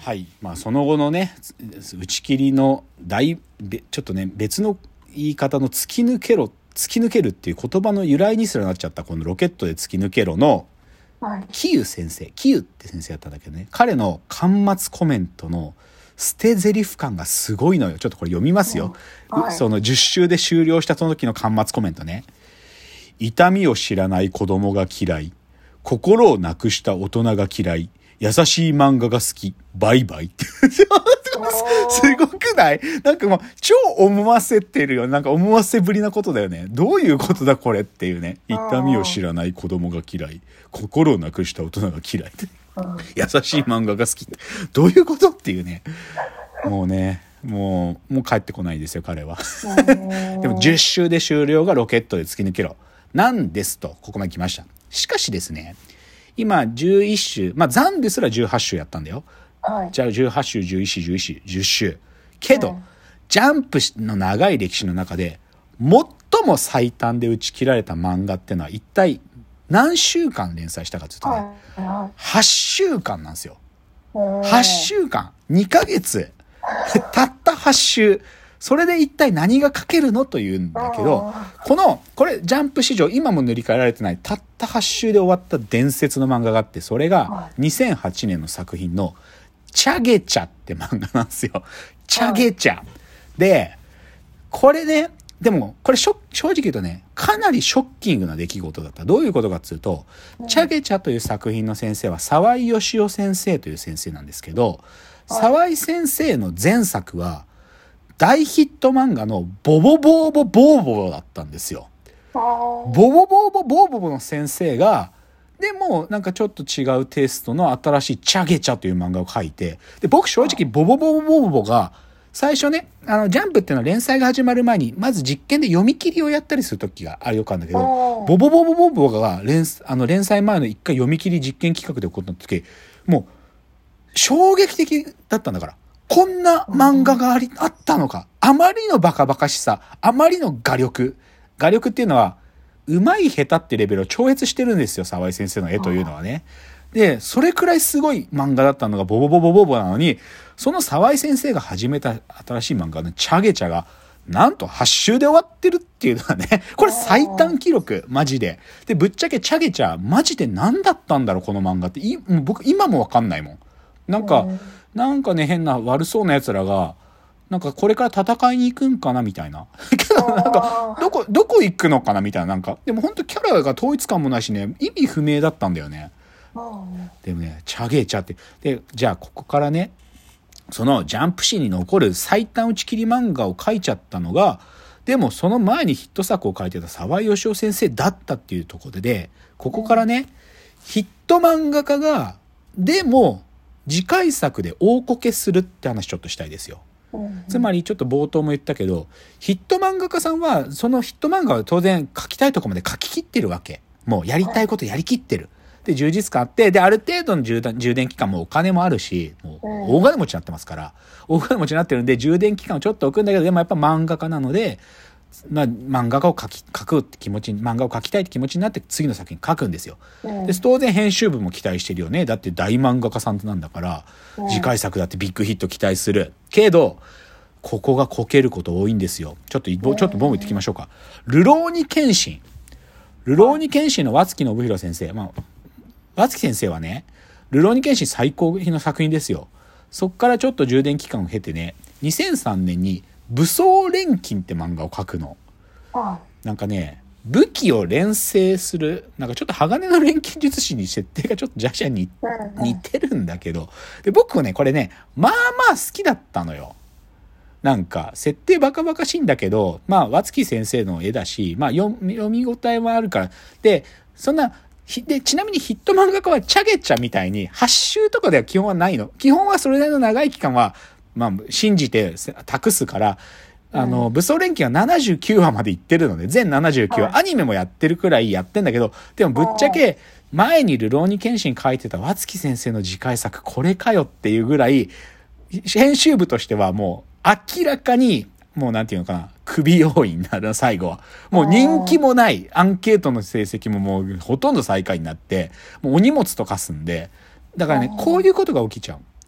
はい、まあその後のね打ち切りのちょっとね別の言い方の突き抜けるっていう言葉の由来にすらなっちゃったこのロケットで突き抜けろのキユ先生、キユって先生やったんだけどね、彼の巻末コメントの捨て台詞感がすごいのよ。ちょっとこれ読みますよ、その10週で終了したその時の巻末コメントね。痛みを知らない子供が嫌い、心をなくした大人が嫌い、優しい漫画が好き、バイバイってすごくない？なんかもう超思わせてるよ。なんか思わせぶりなことだよね。どういうことだこれっていうね。痛みを知らない子供が嫌い、心をなくした大人が嫌いって優しい漫画が好きってどういうことっていうね。もうねもう帰ってこないですよ彼はでも10週で終了がロケットで突き抜けろなんですと、ここまで来ました。しかしですね、今11週、まあザンですら18週やったんだよ。じゃあ18週11週11週10週けど、ジャンプの長い歴史の中で最も最短で打ち切られた漫画ってのは一体何週間連載したかというとね、8週間なんですよ。8週間2ヶ月たった8週。それで一体何が書けるのというんだけど、これジャンプ史上今も塗り替えられてないたった8週で終わった伝説の漫画があって、それが2008年の作品のチャゲチャって漫画なんですよ。チャゲチャで、これね、でもこれ正直言うとね、かなりショッキングな出来事だった。どういうことかっていうと、チャゲチャという作品の先生は沢井義雄先生という先生なんですけど、沢井先生の前作は大ヒット漫画のボボボーボボーボーだったんですよ。ボボボーボボーボーの先生がでもなんかちょっと違うテイストの新しいチャゲチャという漫画を書いて、で僕正直ボボボーボーボーが最初ね、ジャンプっていうのは連載が始まる前にまず実験で読み切りをやったりする時がよくあるんだけど、ボボボーボーボーが連載前の一回読み切り実験企画で起こった時、もう衝撃的だったんだから、こんな漫画があったのか。あまりのバカバカしさ、あまりの画力っていうのは上手い下手ってレベルを超越してるんですよ、沢井先生の絵というのはね。でそれくらいすごい漫画だったのがボボボボボボなのに、その沢井先生が始めた新しい漫画のチャゲチャがなんと8週で終わってるっていうのはね、これ最短記録マジで。でぶっちゃけチャゲチャマジで何だったんだろうこの漫画って、僕今も分かんないもん。なんかね、変な悪そうな奴らがなんかこれから戦いに行くんかなみたいなけどなんかどこ行くのかなみたいな、なんかでも本当キャラが統一感もないしね、意味不明だったんだよね。でもね、チャゲチャってで、じゃあここからね、そのジャンプ誌に残る最短打ち切り漫画を書いちゃったのが、でもその前にヒット作を書いてた沢井義雄先生だったっていうところで、ここからね、ヒット漫画家がでも次回作で大こけするって話ちょっとしたいですよ。つまりちょっと冒頭も言ったけど、ヒット漫画家さんはそのヒット漫画を当然書きたいところまで書き切ってるわけ。もうやりたいことやりきってる。で充実感あって、である程度の充電期間もお金もあるし、もう大金持ちになってますから、大金持ちになってるんで充電期間をちょっと置くんだけど、でもやっぱ漫画家なので、漫画を書くって気持ちに、漫画を書きたいって気持ちになって次の作品書くんですよ。で当然編集部も期待してるよね。だって大漫画家さんなんだから、次回作だってビッグヒット期待するけど、ここがこけること多いんですよ。ちょっとボン言ってきましょうか。流浪に剣心の和月信弘先生、和月先生はね、流浪に剣心最高の作品ですよ。そっからちょっと充電期間を経てね、2003年に武装錬金って漫画を書くの。なんかね、武器を錬成する、なんかちょっと鋼の錬金術師に設定がちょっとジャに似てるんだけど、で僕もねこれねまあ好きだったのよ。なんか設定バカバカしいんだけど、和月先生の絵だし、読み応えもあるから。でそんなでちなみにヒット漫画家はチャゲチャみたいに8週とかでは基本はないの。基本はそれなりの長い期間は信じて託すから、武装錬金は79話までいってるので、全79話、アニメもやってるくらいやってんだけど、でもぶっちゃけ前に流浪に剣心書いてた和月先生の次回作これかよっていうぐらい、編集部としてはもう明らかにもうなんていうのかな、首要員なる最後はもう人気もない、アンケートの成績ももうほとんど最下位になって、もうお荷物とかすんで、だからねこういうことが起きちゃう。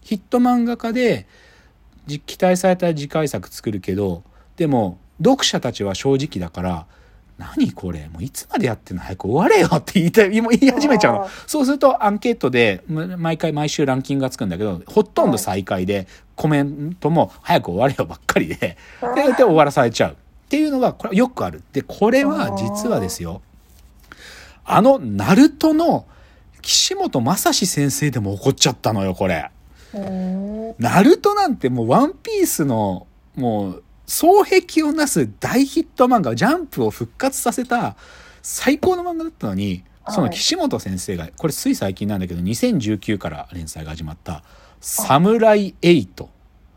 ヒット漫画家で期待された次回作作るけど、でも読者たちは正直だから、何これもういつまでやってんの、早く終われよって言い始めちゃうの。そうするとアンケートで毎週ランキングがつくんだけど、ほとんど最下位で、コメントも早く終われよばっかりで終わらされちゃうっていうのがこれよくある。でこれは実はですよ、ナルトの岸本正史先生でも起こっちゃったのよこれ。ナルトなんてもうワンピースのもう双璧をなす大ヒット漫画、ジャンプを復活させた最高の漫画だったのに、その岸本先生が、これつい最近なんだけど2019から連載が始まったサムライ8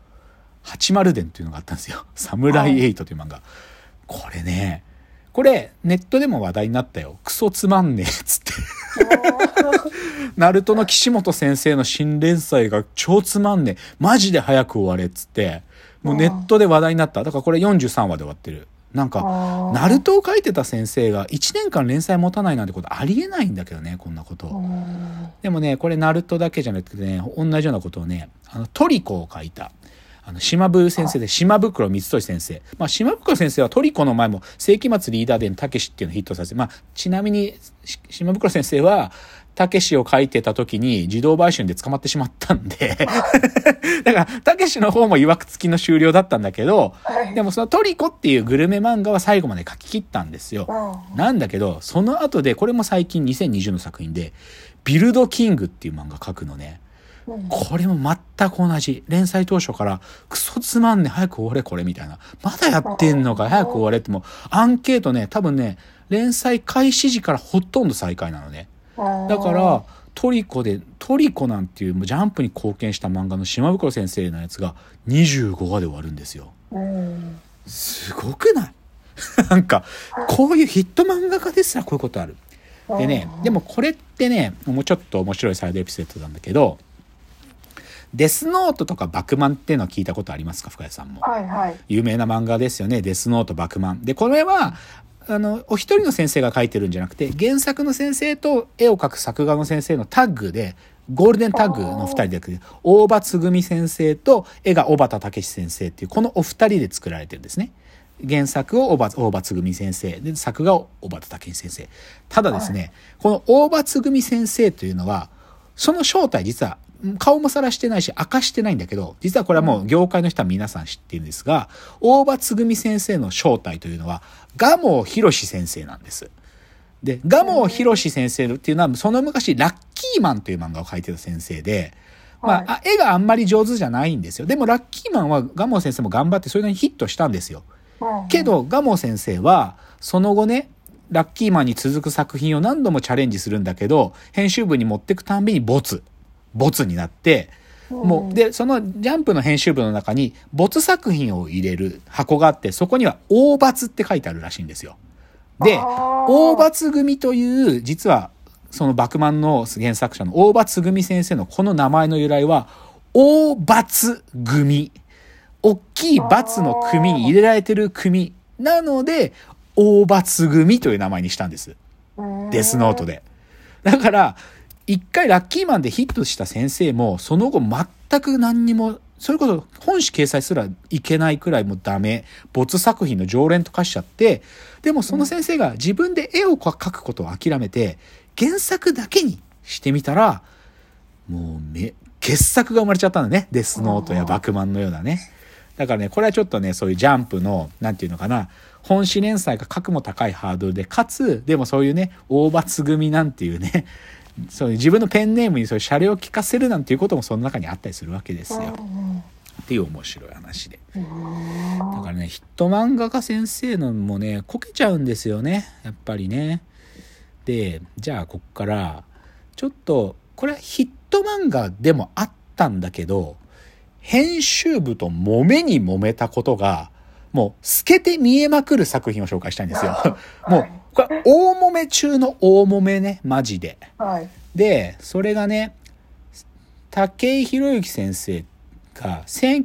80伝というのがあったんですよ。サムライ8という漫画。これネットでも話題になったよ。クソつまんねえっつってナルトの岸本先生の新連載が超つまんねえ、マジで早く終われっつってもうネットで話題になった。だからこれ43話で終わってる。なんかナルトを書いてた先生が1年間連載持たないなんてことありえないんだけどね、こんなこと。でもね、これナルトだけじゃなくてね、同じようなことをね、トリコを書いた島部先生で、島袋光俊先生。島袋先生はトリコの前も世紀末リーダー伝たけしっていうのをヒットさせて、ちなみに島袋先生はたけしを書いてた時に自動売春で捕まってしまったんでだからたけしの方も曰く付きの終了だったんだけど、でもそのトリコっていうグルメ漫画は最後まで書き切ったんですよ。なんだけどその後で、これも最近2020の作品でビルドキングっていう漫画書くのね。これも全く同じ。連載当初からクソつまんね、早く終われこれみたいな。まだやってんのか、早く終われって。もうアンケートね、多分ね、連載開始時からほとんど最下位なのね。だからトリコなんていうジャンプに貢献した漫画の島袋先生のやつが25話で終わるんですよ。すごくないなんかこういうヒット漫画家ですらこういうことある。でね、でもこれってね、もうちょっと面白いサイドエピソードなんだけど、デスノートとかバクマンっていうのは聞いたことありますか、深谷さんも。有名な漫画ですよね、デスノート、バクマン。でこれはお一人の先生が書いてるんじゃなくて、原作の先生と絵を描く作画の先生のタッグで、ゴールデンタッグの2人で、大場つぐみ先生と絵が小畑武史先生っていうこのお二人で作られてるんですね。原作を大場つぐみ先生で、作画を小畑武史先生。ただですね、この大場つぐみ先生というのは、その正体実は顔もさらしてないし明かしてないんだけど、実はこれはもう業界の人は皆さん知っているんですが、大場つぐみ先生の正体というのは蒲生博先生なんです。で蒲生博先生っていうのはその昔ラッキーマンという漫画を描いてた先生で、絵があんまり上手じゃないんですよ。でもラッキーマンは蒲生先生も頑張ってそれなりにヒットしたんですよ。けど蒲生先生はその後ね、ラッキーマンに続く作品を何度もチャレンジするんだけど、編集部に持ってくたんびにボツになって、もうでそのジャンプの編集部の中に没作品を入れる箱があって、そこには大罰って書いてあるらしいんですよ。で大罰組という、実はそのバクマンの原作者の大罰組先生のこの名前の由来は大罰組、大きい罰の組に入れられてる組なので大罰組という名前にしたんです、デスノートで。だから一回ラッキーマンでヒットした先生もその後全く何にも、それこそ本誌掲載すらいけないくらいもうダメ、没作品の常連と化しちゃって、でもその先生が自分で絵を描くことを諦めて原作だけにしてみたら、もう傑作が生まれちゃったんだね、デスノートやバクマンのようなね。だからね、これはちょっとね、そういうジャンプのなんていうのかな、本誌連載が格も高いハードルで、かつでもそういうね、大罰組なんていうね、そういう自分のペンネームにそういう謝礼を聞かせるなんていうこともその中にあったりするわけですよ。っていう面白い話で。だからね、ヒット漫画家先生のもね、こけちゃうんですよね、やっぱりね。で、じゃあこっからちょっとこれはヒット漫画でもあったんだけど、編集部と揉めに揉めたことがもう透けて見えまくる作品を紹介したいんですよ。もうこれ大揉め中の大揉めね、マジで。でそれがね、武井宏之先生が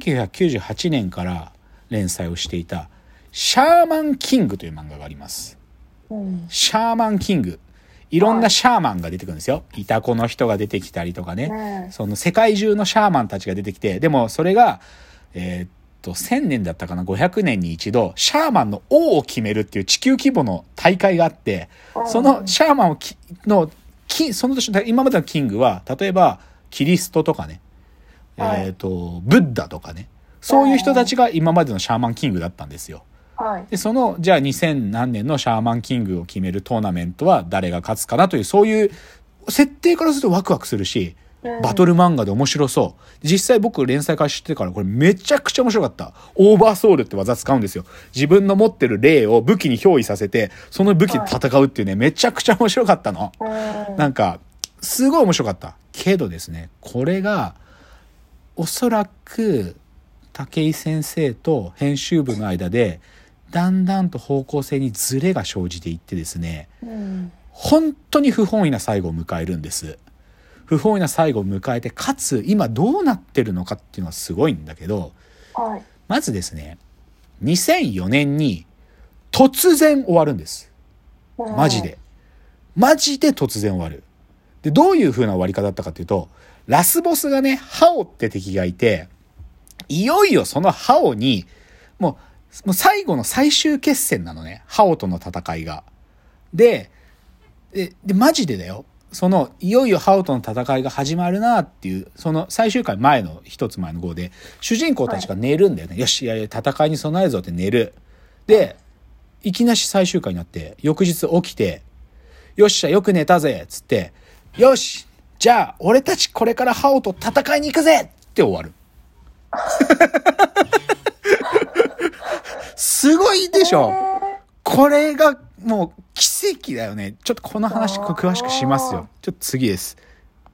1998年から連載をしていたシャーマンキングという漫画があります。シャーマンキング、 いろんなシャーマンが出てくるんですよ。イタコの人が出てきたりとかね。その世界中のシャーマンたちが出てきて、でもそれが、1000年だったかな、500年に一度、シャーマンの王を決めるっていう地球規模の大会があって、そのシャーマンその年の、今までのキングは、例えば、キリストとかね、ブッダとかね、そういう人たちが今までのシャーマンキングだったんですよ。で、じゃあ2000何年のシャーマンキングを決めるトーナメントは誰が勝つかなという、そういう設定からするとワクワクするし、バトル漫画で面白そう。実際僕連載開始してからこれめちゃくちゃ面白かった。オーバーソウルって技使うんですよ。自分の持ってる霊を武器に憑依させて、その武器で戦うっていうね、めちゃくちゃ面白かったの。なんか、すごい面白かった。けどですね、これが、おそらく、武井先生と編集部の間で、だんだんと方向性にズレが生じていってですね、本当に不本意な最後を迎えるんです。不本意な最後を迎えて、かつ今どうなってるのかっていうのはすごいんだけど、まずですね、2004年に突然終わるんです。マジで突然終わる。で、どういう風な終わり方だったかっていうと、ラスボスがね、ハオって敵がいて、いよいよそのハオに、もう最後の最終決戦なのね。ハオとの戦いが。で、マジでだよ。いよいよハオとの戦いが始まるなっていう、その最終回一つ前の号で、主人公たちが寝るんだよね。よし、戦いに備えるぞって寝る。で、いきなし最終回になって、翌日起きて、よっしゃ、よく寝たぜつって、よしじゃあ、俺たちこれからハオと戦いに行くぜって終わる。すごいでしょ。これがもう奇跡だよね。ちょっとこの話詳しくしますよ。ちょっと次です。